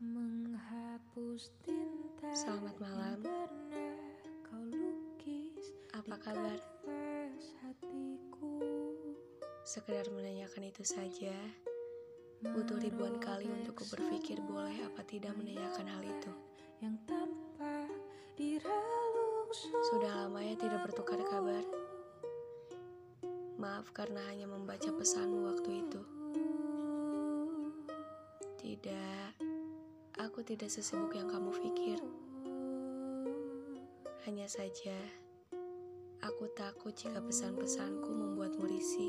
Menghapus tinta Selamat malam. kau lukis. Apa kabar? Hatiku Sekedar menanyakan itu saja. Butuh ribuan kali untukku berpikir boleh apa tidak menanyakan hal itu. Yang tampak di relung Sudah lama ya tidak bertukar kabar. Maaf karena hanya membaca pesanmu waktu itu. Tidak, aku tidak sesibuk yang kamu pikir. Hanya saja, aku takut jika pesan-pesanku membuatmu risih.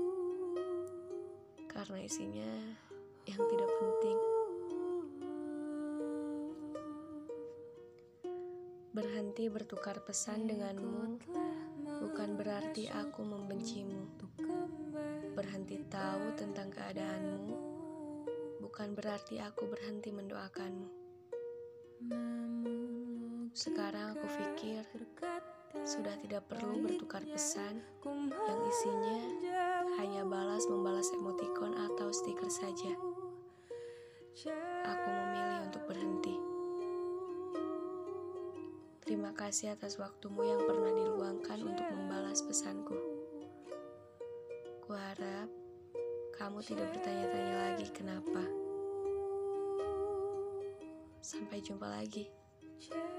Karena isinya yang tidak penting. Berhenti bertukar pesan denganmu bukan berarti aku membencimu. Berhenti tahu tentang keadaanmu bukan berarti aku berhenti mendoakanmu. Sekarang aku pikir sudah tidak perlu bertukar pesan yang isinya hanya balas-membalas emotikon atau stiker saja. Aku memilih untuk berhenti. Terima kasih atas waktumu yang pernah diluangkan untuk membalas pesanku. Kuharap kamu tidak bertanya-tanya lagi kenapa. Sampai jumpa lagi.